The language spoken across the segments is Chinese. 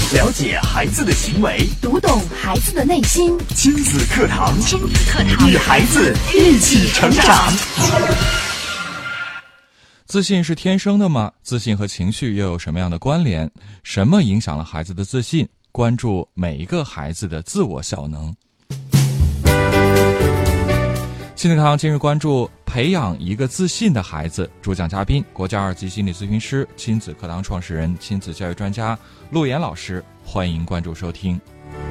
了解孩子的行为， 读懂孩子的内心。 亲子课堂，与孩子一起成长。 自信是天生的吗？自信和情绪又有什么样的关联？什么影响了孩子的自信？关注每一个孩子的自我效能。亲子课堂今日关注培养一个自信的孩子，主讲嘉宾国家2级心理咨询师、亲子课堂创始人、亲子教育专家陆岩老师，欢迎关注收听。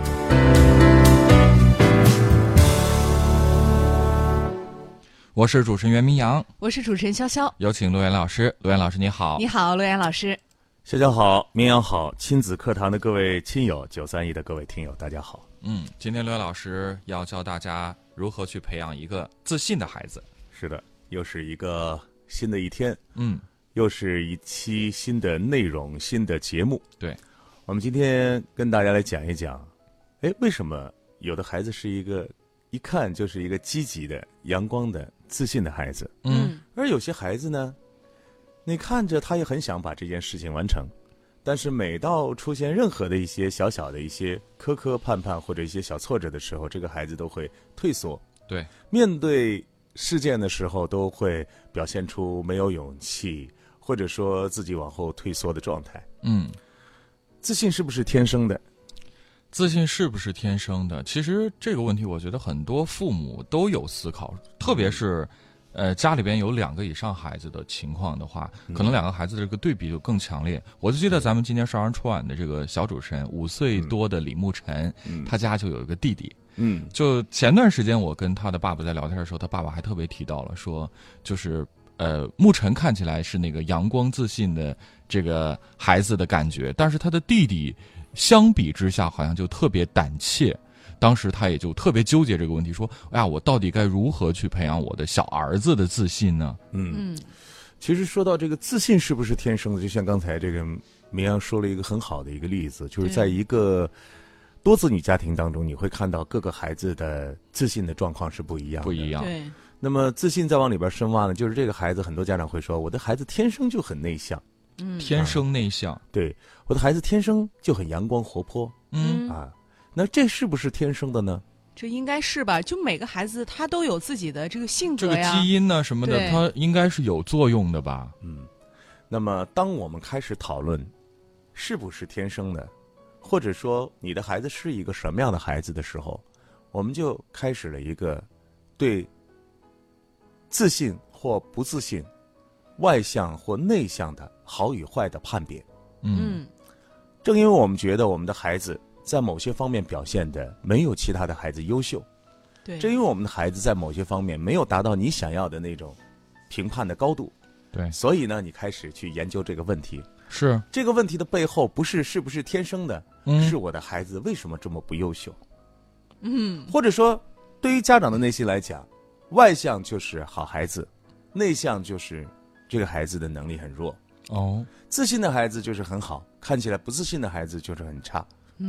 我是主持人袁明阳， 我是主持人潇潇， 有请陆岩老师。陆岩老师你好。 你好，陆岩老师。 潇潇好，明阳好，亲子课堂的各位亲友，931的各位听友，大家好。 今天陆岩老师要教大家如何去培养一个自信的孩子。 是的，又是一个新的一天，又是一期新的内容、新的节目。 对， 我们今天跟大家来讲一讲，为什么有的孩子是一个一看就是一个积极的、阳光的、自信的孩子，而有些孩子呢，你看着他也很想把这件事情完成，但是每到出现任何的一些小小的一些磕磕绊绊或者一些小挫折的时候，这个孩子都会退缩。 对， 面对事件的时候都会表现出没有勇气，或者说自己往后退缩的状态。自信是不是天生的？ 自信是不是天生的？其实这个问题我觉得很多父母都有思考，特别是家里边有2个以上孩子的情况的话，可能2个孩子的这个对比就更强烈。我就记得咱们今年少儿春晚的这个小主持人5岁多的李慕晨，他家就有一个弟弟。就前段时间我跟他的爸爸在聊天的时候，他爸爸还特别提到了说，就是慕晨看起来是那个阳光自信的这个孩子的感觉，但是他的弟弟相比之下好像就特别胆怯。当时他也就特别纠结这个问题，说我到底该如何去培养我的小儿子的自信呢？ 其实说到这个自信是不是天生的，就像刚才这个明阳说了一个很好的一个例子，就是在一个多子女家庭当中，你会看到各个孩子的自信的状况是不一样的。 对。 那么自信再往里边深挖呢，就是这个孩子，很多家长会说，我的孩子天生就很内向。 天生内向。 对，我的孩子天生就很阳光活泼。那这是不是天生的呢？ 这应该是吧，就每个孩子他都有自己的这个性格呀， 这个基因呢什么的，它应该是有作用的吧。 那么当我们开始讨论是不是天生的，或者说你的孩子是一个什么样的孩子的时候，我们就开始了一个对自信或不自信、外向或内向的好与坏的判别。正因为我们觉得我们的孩子在某些方面表现的没有其他的孩子优秀， 对， 正因为我们的孩子在某些方面没有达到你想要的那种评判的高度， 对， 所以呢，你开始去研究这个问题。 是这个问题的背后不是是不是天生的，是我的孩子为什么这么不优秀？或者说，对于家长的内心来讲，外向就是好孩子，内向就是这个孩子的能力很弱。自信的孩子就是很好，看起来不自信的孩子就是很差。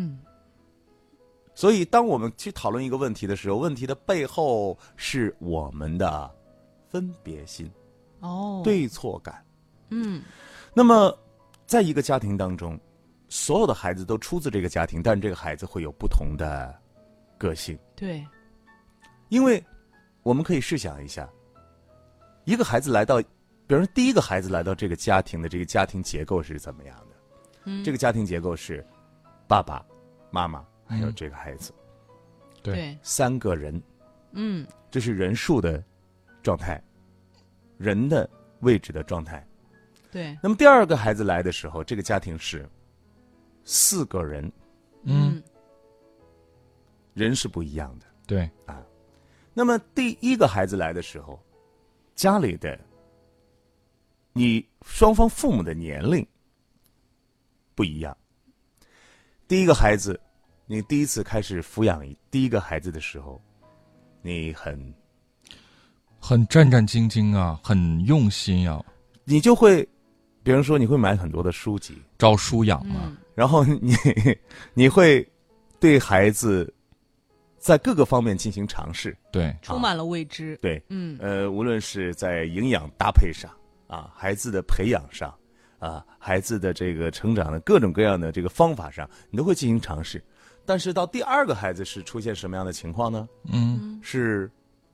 所以当我们去讨论一个问题的时候，问题的背后是我们的分别心，对错感。那么在一个家庭当中，所有的孩子都出自这个家庭，但这个孩子会有不同的个性。 对， 因为我们可以试想一下，一个孩子来到，比如说第一个孩子来到这个家庭的这个家庭结构是怎么样的？这个家庭结构是爸爸妈妈还有这个孩子， 对 ，3个人，这是人数的状态，人的位置的状态。 对。 那么第2个孩子来的时候，这个家庭是4个人，人是不一样的。 对那么第1个孩子来的时候，家里的你双方父母的年龄不一样。第1个孩子，你第一次开始抚养第1个孩子的时候，你很战战兢兢啊，很用心啊。 你就会，比如说你会买很多的书籍， 照书养嘛。 然后你会对孩子在各个方面进行尝试， 对， 充满了未知。 对，无论是在营养搭配上啊，孩子的培养上， 孩子的这个成长的各种各样的这个方法上，你都会进行尝试。但是到第2个孩子是出现什么样的情况呢？是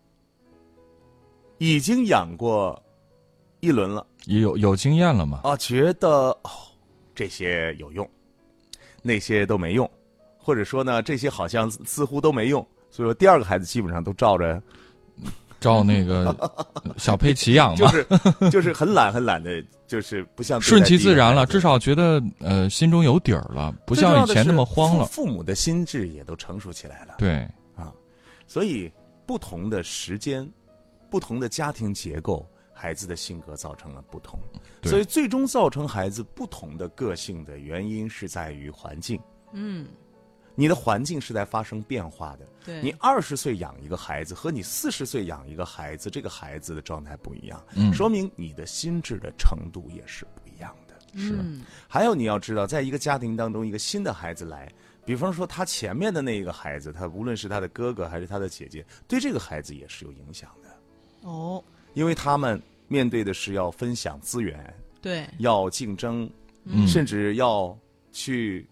已经养过一轮了， 有经验了嘛？ 觉得这些有用，那些都没用，或者说呢这些好像似乎都没用，所以说第2个孩子基本上都照那个小佩奇养嘛， 就是很懒的，就是不像顺其自然了，至少觉得心中有底儿了，不像以前那么慌了。 父母的心智也都成熟起来了。 对所以不同的时间、不同的家庭结构，孩子的性格造成了不同，所以最终造成孩子不同的个性的原因是在于环境。你的环境是在发生变化的。 对， 你20岁养一个孩子和你40岁养一个孩子，这个孩子的状态不一样，说明你的心智的程度也是不一样的。 是。 还有你要知道，在一个家庭当中，一个新的孩子来，比方说他前面的那一个孩子，他无论是他的哥哥还是他的姐姐，对这个孩子也是有影响的。因为他们面对的是要分享资源， 对， 要竞争，甚至要去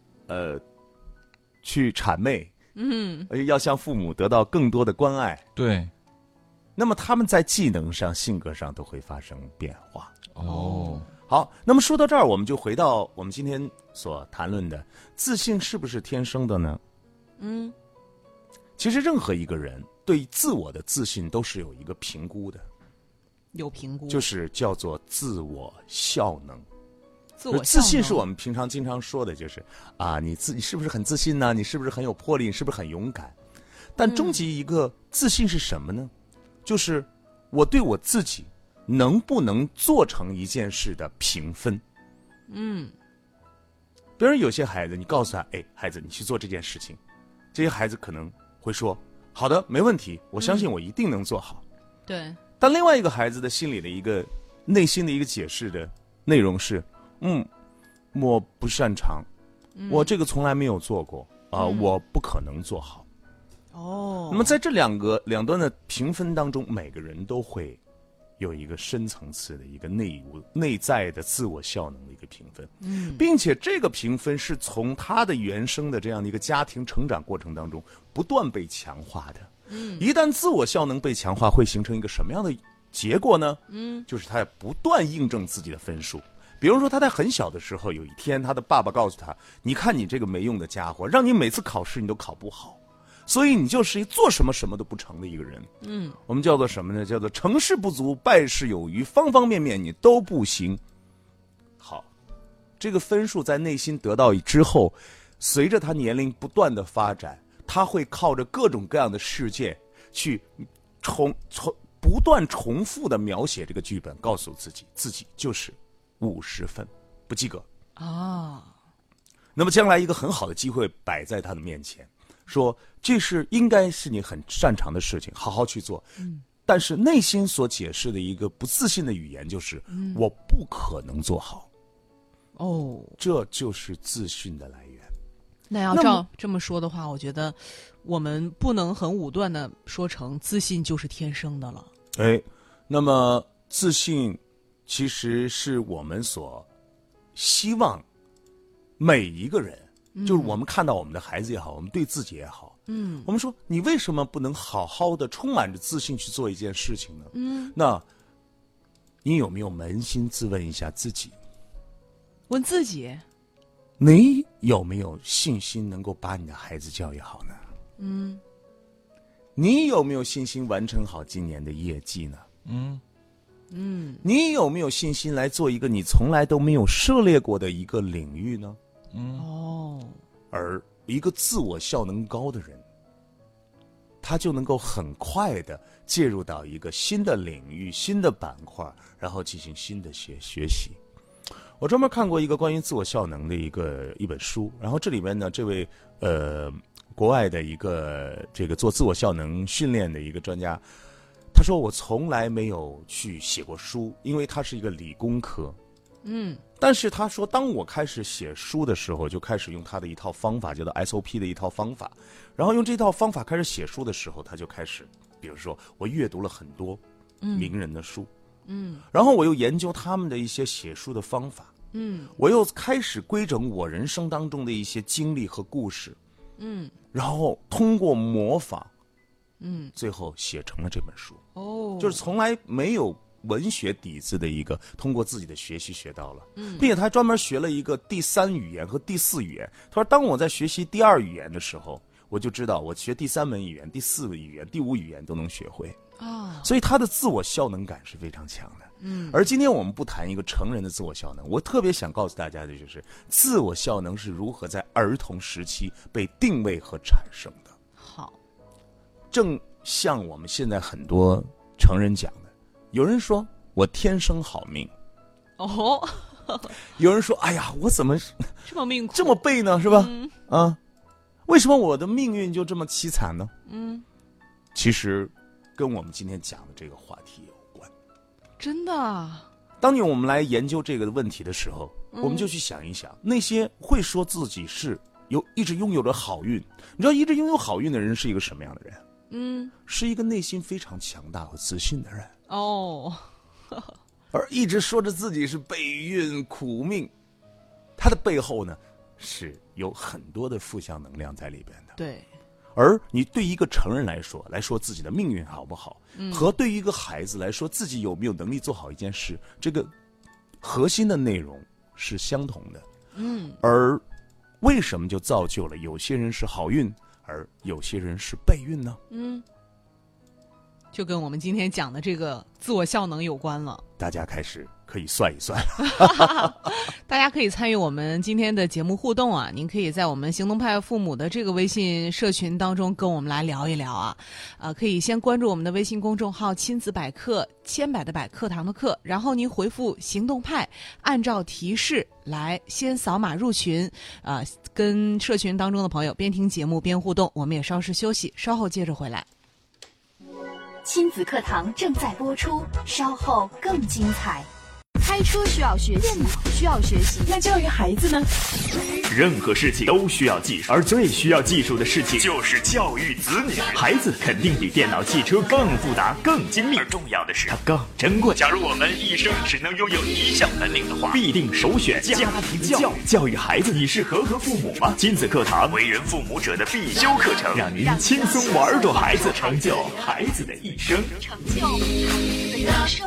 谄媚，而且要向父母得到更多的关爱。 对， 那么他们在技能上、性格上都会发生变化。好，那么说到这儿，我们就回到我们今天所谈论的自信是不是天生的呢？其实任何一个人对自我的自信都是有一个评估的， 有评估， 就是叫做自我效能。 自信是我们平常经常说的，就是你是不是很自信呢？你是不是很有魄力？你是不是很勇敢？但终极一个自信是什么呢？就是我对我自己能不能做成一件事的评分。比如有些孩子，你告诉他，孩子，你去做这件事情，这些孩子可能会说，好的，没问题，我相信我一定能做好。 对。 但另外一个孩子的心里的一个内心的一个解释的内容是，我不擅长，我这个从来没有做过我不可能做好。那么在这两端的评分当中，每个人都会有一个深层次的一个内在的自我效能的一个评分，并且这个评分是从他的原生的这样的一个家庭成长过程当中不断被强化的。一旦自我效能被强化，会形成一个什么样的结果呢？就是他不断印证自己的分数。比如说他在很小的时候，有一天他的爸爸告诉他，你看你这个没用的家伙，让你每次考试你都考不好，所以你就是做什么都不成的一个人。我们叫做什么呢？叫做成事不足败事有余，方方面面你都不行。好，这个分数在内心得到之后，随着他年龄不断的发展，他会靠着各种各样的事件去不断重复的描写这个剧本，告诉自己就是50分不及格那么将来一个很好的机会摆在他的面前，说这是应该是你很擅长的事情，好好去做。但是内心所解释的一个不自信的语言就是我不可能做好。这就是自信的来源。 那要照这么说的话，我觉得我们不能很武断的说成自信就是天生的了。 那么自信其实是我们所希望每一个人，就是我们看到我们的孩子也好，我们对自己也好，我们说你为什么不能好好的充满着自信去做一件事情呢？那你有没有扪心自问一下自己？ 问自己， 你有没有信心能够把你的孩子教育好呢？你有没有信心完成好今年的业绩呢？你有没有信心来做一个你从来都没有涉猎过的一个领域呢？而一个自我效能高的人，他就能够很快的介入到一个新的领域、新的板块，然后进行新的学习。我专门看过一个关于自我效能的一本书，然后这里面呢，这位国外的一个这个做自我效能训练的一个专家，他说我从来没有去写过书，因为他是一个理工科。但是他说当我开始写书的时候，就开始用他的一套方法，叫做 SOP 的一套方法，然后用这套方法开始写书的时候，他就开始比如说我阅读了很多名人的书，然后我又研究他们的一些写书的方法， 我又开始规整我人生当中的一些经历和故事，然后通过模仿，最后写成了这本书。就是从来没有文学底子的一个，通过自己的学习学到了，并且他专门学了一个第3语言和第4语言。他说，当我在学习第2语言的时候，我就知道我学第3门语言、第4语言、第5语言都能学会。所以他的自我效能感是非常强的。而今天我们不谈一个成人的自我效能，我特别想告诉大家的就是，自我效能是如何在儿童时期被定位和产生的。 好， 正像我们现在很多成人讲的，有人说我天生好命，有人说哎呀，我怎么这么命苦这么背呢，是吧？为什么我的命运就这么凄惨呢？其实跟我们今天讲的这个话题有关。 真的。 当我们来研究这个问题的时候，我们就去想一想，那些会说自己是一直拥有着好运，你知道一直拥有好运的人是一个什么样的人？是一个内心非常强大和自信的人。而一直说着自己是背运苦命，他的背后呢是有很多的负向能量在里边的。 对。 而你对一个成人来说自己的命运好不好，和对于一个孩子来说自己有没有能力做好一件事，这个核心的内容是相同的。而为什么就造就了有些人是好运，而有些人是背运呢？ 就跟我们今天讲的这个自我效能有关了。 大家开始可以算一算大家可以参与我们今天的节目互动啊，您可以在我们行动派父母的这个微信社群当中跟我们来聊一聊啊。可以先关注我们的微信公众号亲子百科，千百的百，课堂的课，然后您回复行动派，按照提示来先扫码入群，跟社群当中的朋友边听节目边互动。我们也稍事休息，稍后接着回来。 亲子课堂正在播出，稍后更精彩。开车需要学习，电脑需要学习，那教育孩子呢？ 任何事情都需要技术，而最需要技术的事情就是教育子女。孩子肯定比电脑、汽车更复杂、更精密，而重要的是它更珍贵。假如我们一生只能拥有一项本领的话，必定首选家庭教育。教育孩子，你是合格父母吗？亲子课堂，为人父母者的必修课程，让您轻松玩转孩子，成就孩子的一生， 成就孩子的一生。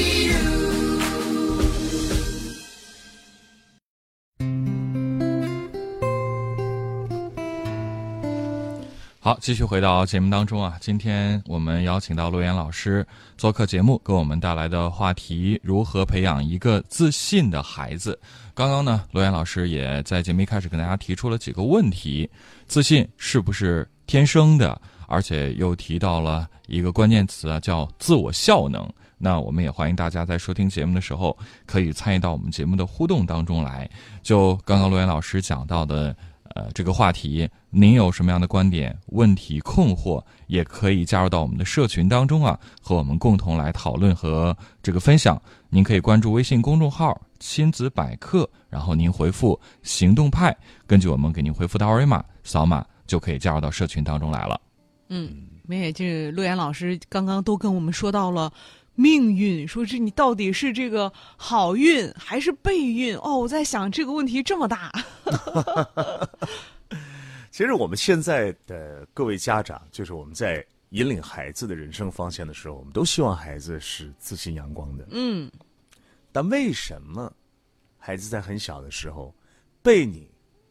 好，继续回到节目当中啊。今天我们邀请到陆岩老师做客节目，给我们带来的话题：如何培养一个自信的孩子。刚刚呢，陆岩老师也在节目一开始跟大家提出了几个问题：自信是不是天生的？而且又提到了一个关键词啊，叫自我效能。那我们也欢迎大家在收听节目的时候，可以参与到我们节目的互动当中来。就刚刚陆岩老师讲到的这个话题，您有什么样的观点、问题、困惑，也可以加入到我们的社群当中啊，和我们共同来讨论和这个分享。您可以关注微信公众号亲子百科，然后您回复行动派，根据我们给您回复的二维码扫码，就可以加入到社群当中来了。 这陆岩老师刚刚都跟我们说到了命运，说你到底是这个好运还是背运？我在想这个问题这么大。 其实我们现在的各位家长，就是我们在引领孩子的人生方向的时候，我们都希望孩子是自信阳光的。但为什么孩子在很小的时候被你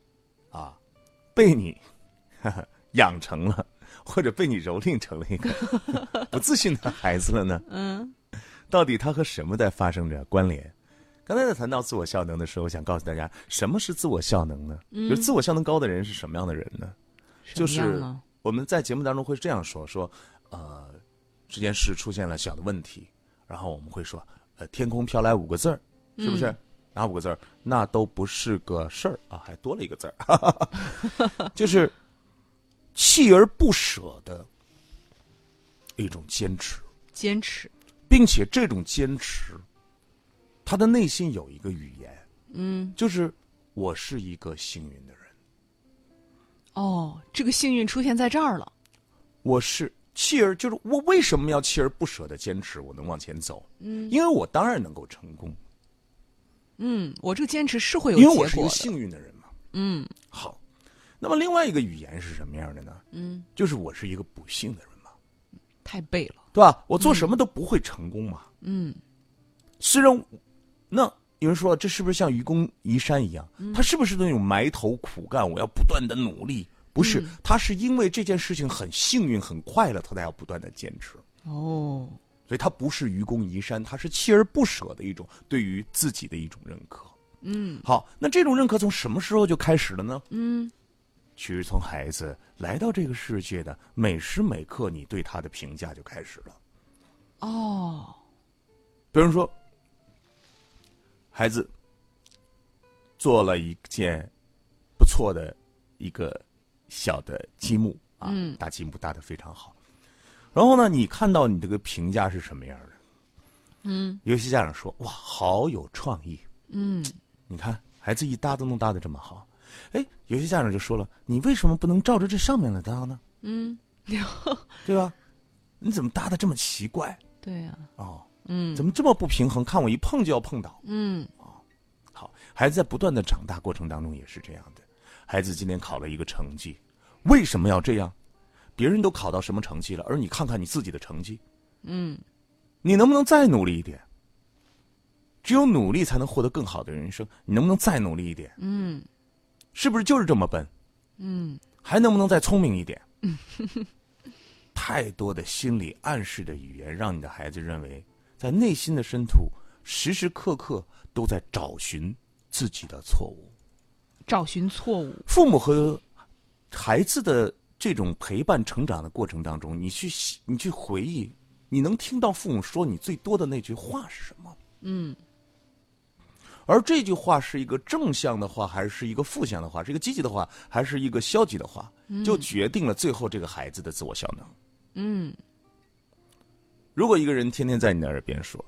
养成了，或者被你蹂躏成了一个不自信的孩子了呢？到底它和什么在发生着关联？刚才在谈到自我效能的时候，我想告诉大家，什么是自我效能呢？就是自我效能高的人是什么样的人呢？就是我们在节目当中会这样说，这件事出现了小的问题，然后我们会说，天空飘来5个字儿，是不是？哪5个字儿？那都不是个事儿啊，还多了一个字儿，就是锲而不舍的一种坚持，并且这种坚持，他的内心有一个语言，就是我是一个幸运的人。 这个幸运出现在这儿了。 我是就是我为什么要锲而不舍的坚持？我能往前走，因为我当然能够成功。 我这个坚持是会有结果的， 因为我是一个幸运的人嘛。好。那么另外一个语言是什么样的呢？就是我是一个不幸的人嘛。 太背了， 对吧？我做什么都不会成功嘛。虽然那有人说这是不是像愚公移山一样？他是不是那种埋头苦干，我要不断的努力？不是，他是因为这件事情很幸运、很快乐，他才要不断的坚持。 哦， 所以他不是愚公移山，他是锲而不舍的一种对于自己的一种认可。好，那这种认可从什么时候就开始了呢？其实从孩子来到这个世界的每时每刻，你对他的评价就开始了。 哦， 比如说，孩子做了一件不错的一个小的积木啊，搭积木搭得非常好。然后呢，你看到你这个评价是什么样的？有些家长说：“哇，好有创意。”你看孩子一搭都能搭得这么好。哎，有些家长就说了：“你为什么不能照着这上面来搭呢？”对吧？你怎么搭得这么奇怪？ 对呀。 怎么这么不平衡？看我一碰就要碰倒。好，孩子在不断的长大过程当中也是这样的。孩子今天考了一个成绩，为什么要这样？别人都考到什么成绩了，而你看看你自己的成绩。你能不能再努力一点？只有努力才能获得更好的人生。你能不能再努力一点？是不是就是这么笨？还能不能再聪明一点？太多的心理暗示的语言，让你的孩子认为，在内心的深处，时时刻刻都在找寻自己的错误。 找寻错误。 父母和孩子的这种陪伴成长的过程当中，你去回忆，你能听到父母说你最多的那句话是什么？而这句话是一个正向的话，还是一个负向的话？是一个积极的话，还是一个消极的话？就决定了最后这个孩子的自我效能。如果一个人天天在你的耳边说，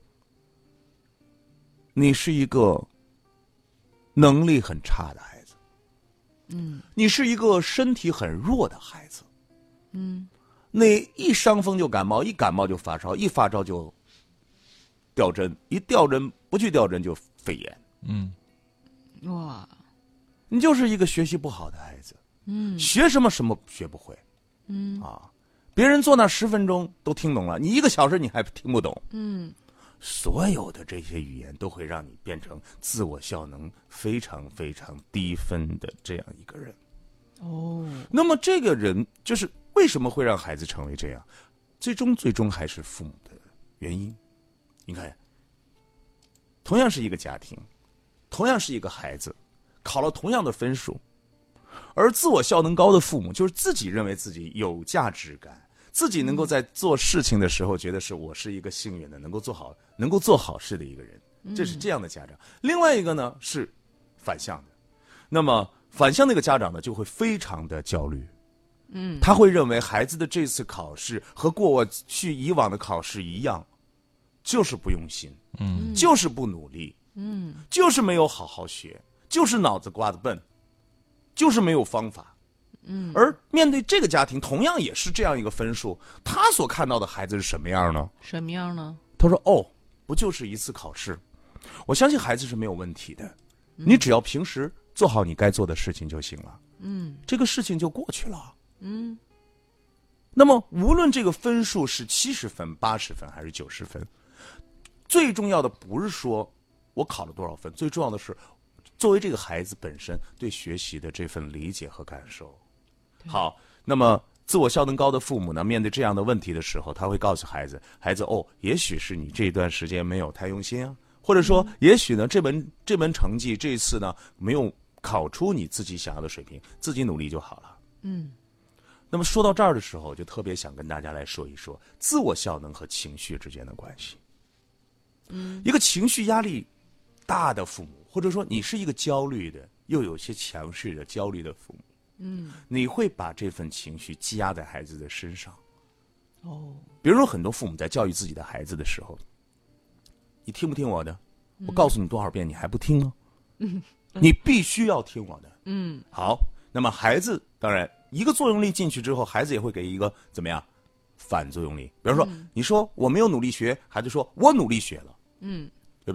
你是一个能力很差的孩子，你是一个身体很弱的孩子，那一伤风就感冒，一感冒就发烧，一发烧就吊针，一吊针不去吊针就肺炎。 哇， 你就是一个学习不好的孩子。学什么学不会。别人坐那10分钟都听懂了，你1个小时你还听不懂。所有的这些语言都会让你变成自我效能非常非常低分的这样一个人。那么这个人就是为什么会让孩子成为这样，最终还是父母的原因。你看，同样是一个家庭，同样是一个孩子，考了同样的分数，而自我效能高的父母就是自己认为自己有价值感，自己能够在做事情的时候觉得是我是一个幸运的，能够做好事的一个人，这是这样的家长。另外一个呢是反向的，那么反向那个家长呢就会非常的焦虑。他会认为孩子的这次考试和过去以往的考试一样，就是不用心，就是不努力，就是没有好好学，就是脑子瓜子笨，就是没有方法。而面对这个家庭同样也是这样一个分数，他所看到的孩子是什么样呢？ 什么样呢？ 他说：“哦，不就是一次考试？我相信孩子是没有问题的，你只要平时做好你该做的事情就行了。这个事情就过去了。那么无论这个分数是70分、80分还是90分，最重要的不是说我考了多少分，最重要的是作为这个孩子本身对学习的这份理解和感受。好，那么自我效能高的父母呢，面对这样的问题的时候，他会告诉孩子哦，也许是你这段时间没有太用心啊，或者说也许呢这门成绩这一次呢没有考出你自己想要的水平，自己努力就好了。那么说到这儿的时候，就特别想跟大家来说一说自我效能和情绪之间的关系。一个情绪压力大的父母，或者说你是一个焦虑的又有些强势的焦虑的父母，你会把这份情绪积压在孩子的身上。比如说很多父母在教育自己的孩子的时候，你听不听我的？我告诉你多少遍你还不听呢？你必须要听我的。好，那么孩子当然一个作用力进去之后，孩子也会给一个怎么样反作用力。比如说你说我没有努力学，孩子说我努力学了，对不对？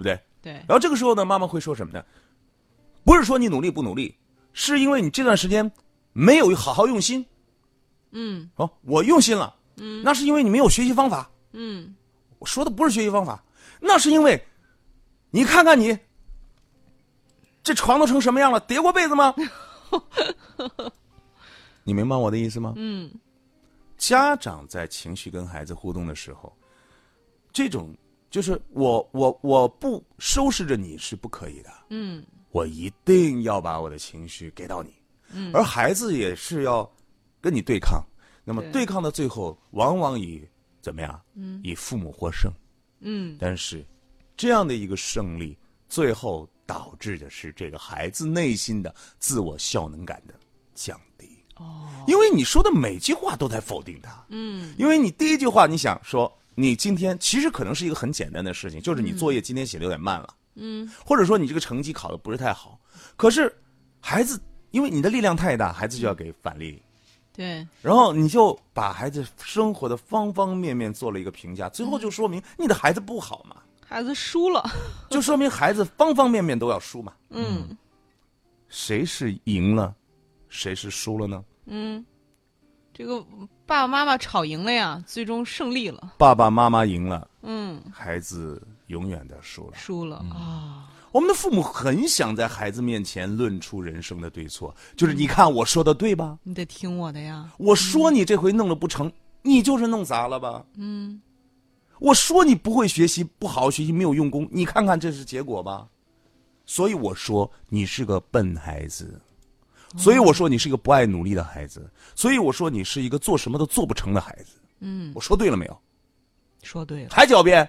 对。 然后这个时候呢，妈妈会说什么呢？不是说你努力不努力，是因为你这段时间没有好好用心。我用心了。那是因为你没有学习方法。我说的不是学习方法，那是因为你看看你这床都成什么样了，叠过被子吗？你明白我的意思吗？家长在情绪跟孩子互动的时候，这种就是我不收拾着你是不可以的。我一定要把我的情绪给到你。而孩子也是要跟你对抗，那么对抗到最后往往以怎么样？以父母获胜。但是这样的一个胜利最后导致的是这个孩子内心的自我效能感的降低。因为你说的每句话都在否定他。因为你第一句话你想说你今天其实可能是一个很简单的事情，就是你作业今天写的有点慢了。或者说你这个成绩考得不是太好，可是孩子因为你的力量太大，孩子就要给反例。 对， 然后你就把孩子生活的方方面面做了一个评价，最后就说明你的孩子不好嘛， 孩子输了， 就说明孩子方方面面都要输嘛。谁是赢了，谁是输了呢？ 这个爸爸妈妈吵赢了呀，最终胜利了。 爸爸妈妈赢了，孩子永远的输了。 输了啊！ 我们的父母很想在孩子面前论出人生的对错，就是你看我说的对吧？ 你得听我的呀。 我说你这回弄了不成，你就是弄砸了吧？我说你不会学习，不好好学习，没有用功，你看看这是结果吧？所以我说你是个笨孩子，所以我说你是一个不爱努力的孩子，所以我说你是一个做什么都做不成的孩子。我说对了没有？ 说对了。 还狡辩。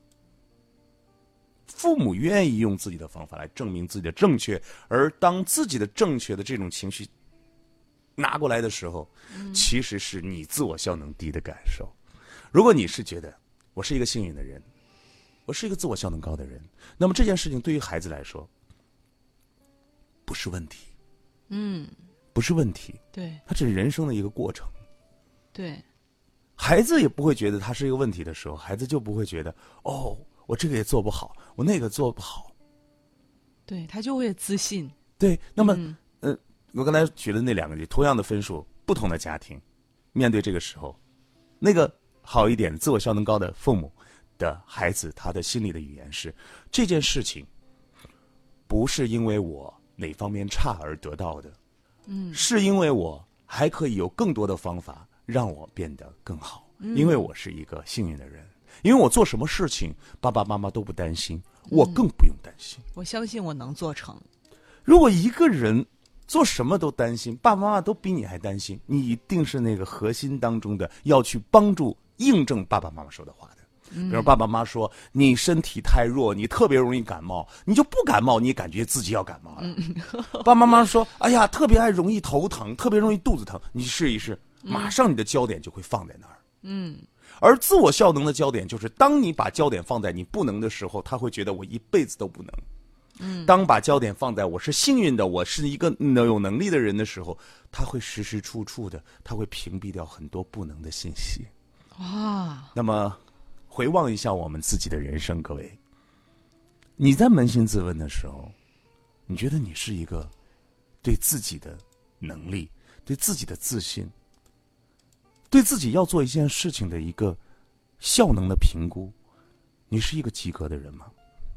父母愿意用自己的方法来证明自己的正确，而当自己的正确的这种情绪拿过来的时候，其实是你自我效能低的感受。如果你是觉得我是一个幸运的人，我是一个自我效能高的人，那么这件事情对于孩子来说不是问题。不是问题。 对， 它只是人生的一个过程。 对， 孩子也不会觉得它是一个问题的时候，孩子就不会觉得我这个也做不好，我那个做不好。 对，他就会自信。 对，那么我刚才举的那两个例，同样的分数，不同的家庭，面对这个时候，那个好一点、自我效能高的父母的孩子，他的心里的语言是：这件事情不是因为我哪方面差而得到的，是因为我还可以有更多的方法让我变得更好，因为我是一个幸运的人。因为我做什么事情，爸爸妈妈都不担心，我更不用担心。 我相信我能做成。 如果一个人做什么都担心，爸爸妈妈都比你还担心，你一定是那个核心当中的要去帮助印证爸爸妈妈说的话的。比如爸爸妈妈说你身体太弱，你特别容易感冒，你就不感冒，你感觉自己要感冒了。爸爸妈妈说哎呀特别爱容易头疼，特别容易肚子疼，你试一试，马上你的焦点就会放在那儿。而自我效能的焦点就是当你把焦点放在你不能的时候，他会觉得我一辈子都不能。当把焦点放在我是幸运的，我是一个有能力的人的时候，他会时时处处的，他会屏蔽掉很多不能的信息。那么回望一下我们自己的人生，各位，你在扪心自问的时候，你觉得你是一个对自己的能力、对自己的自信、对自己要做一件事情的一个效能的评估，你是一个及格的人吗？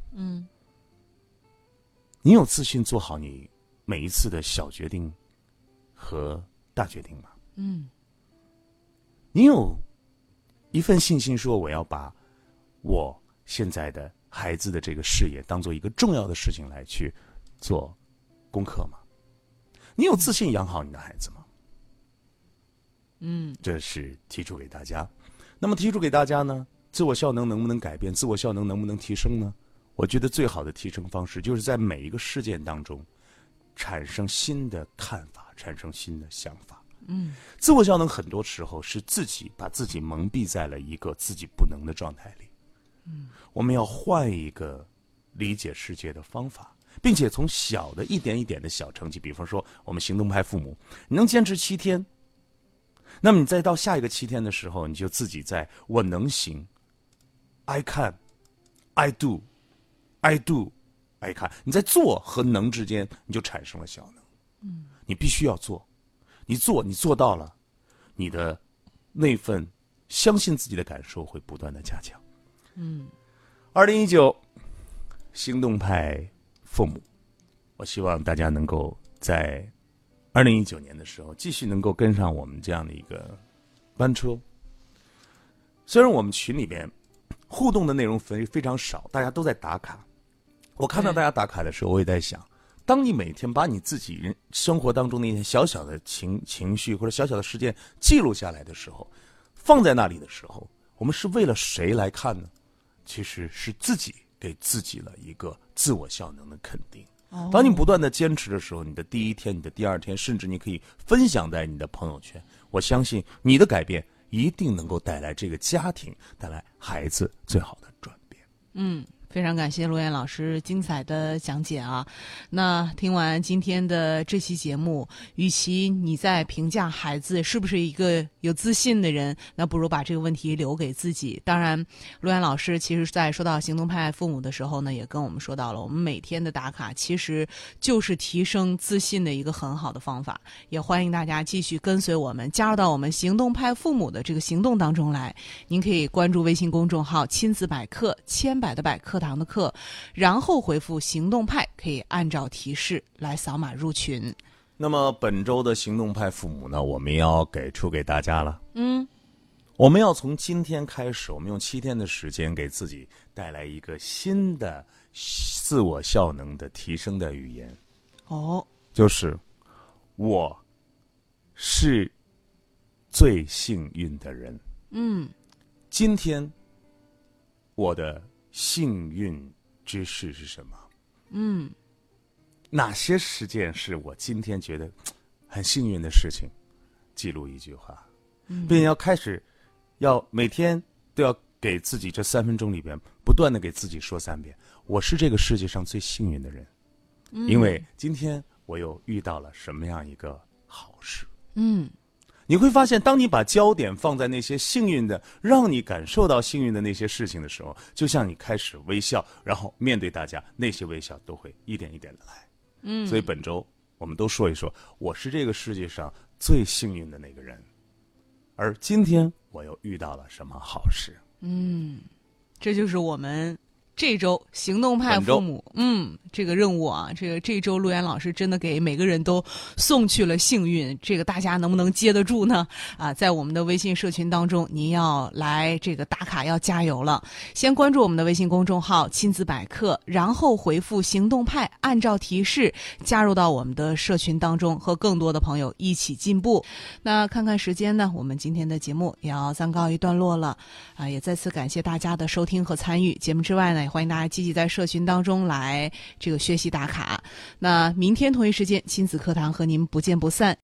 你有自信做好你每一次的小决定和大决定吗？你有一份信心说我要把我现在的孩子的这个事业当做一个重要的事情来去做功课吗？你有自信养好你的孩子吗？这是提出给大家。那么提出给大家呢，自我效能能不能改变？自我效能能不能提升呢？我觉得最好的提升方式就是在每一个事件当中产生新的看法，产生新的想法。自我效能很多时候是自己把自己蒙蔽在了一个自己不能的状态里。我们要换一个理解世界的方法，并且从小的一点一点的小成绩，比方说我们行动派父母，你能坚持7天，那么你再到下一个7天的时候，你就自己在我能行 I can I do I do， I can， 你在做和能之间，你就产生了效能。你必须要做，你做到了，你的那份相信自己的感受会不断的加强。2019行动派父母，我希望大家能够在2019年的时候继续能够跟上我们这样的一个班车。虽然我们群里边互动的内容非常少，大家都在打卡。我看到大家打卡的时候，我也在想，当你每天把你自己人生活当中那些小小的情绪或者小小的事件记录下来的时候，放在那里的时候，我们是为了谁来看呢？其实是自己给自己了一个自我效能的肯定。当你不断的坚持的时候，你的第一天、你的第二天，甚至你可以分享在你的朋友圈，我相信你的改变一定能够带来这个家庭、带来孩子最好的转变。 非常感谢陆岩老师精彩的讲解啊！那听完今天的这期节目，与其你在评价孩子是不是一个有自信的人，那不如把这个问题留给自己。当然，陆岩老师其实在说到行动派父母的时候呢，也跟我们说到了，我们每天的打卡其实就是提升自信的一个很好的方法。也欢迎大家继续跟随我们，加入到我们行动派父母的这个行动当中来。您可以关注微信公众号亲子百科，千百的百课堂的课，然后回复行动派，可以按照提示来扫码入群。 那么本周的行动派父母呢，我们要出给大家了。我们要从今天开始，我们用7天的时间给自己带来一个新的自我效能的提升的语言。就是我是最幸运的人。今天我的幸运之事是什么？哪些事件是我今天觉得很幸运的事情？记录一句话，并且要开始，要每天都要给自己这3分钟里边，不断的给自己说3遍：我是这个世界上最幸运的人，因为今天我又遇到了什么样一个好事。你会发现，当你把焦点放在那些幸运的，让你感受到幸运的那些事情的时候，就像你开始微笑，然后面对大家，那些微笑都会一点一点的来。所以本周我们都说一说，我是这个世界上最幸运的那个人，而今天我又遇到了什么好事？ 这就是我们这周行动派父母这个任务啊，这周陆岩老师真的给每个人都送去了幸运，这个大家能不能接得住呢？在我们的微信社群当中，您要来这个打卡，要加油了。先关注我们的微信公众号亲子百科，然后回复行动派，按照提示加入到我们的社群当中，和更多的朋友一起进步。那看看时间呢，我们今天的节目也要暂告一段落了也再次感谢大家的收听和参与。节目之外呢，也欢迎大家积极在社群当中来这个学习打卡。那明天同一时间，亲子课堂和您不见不散。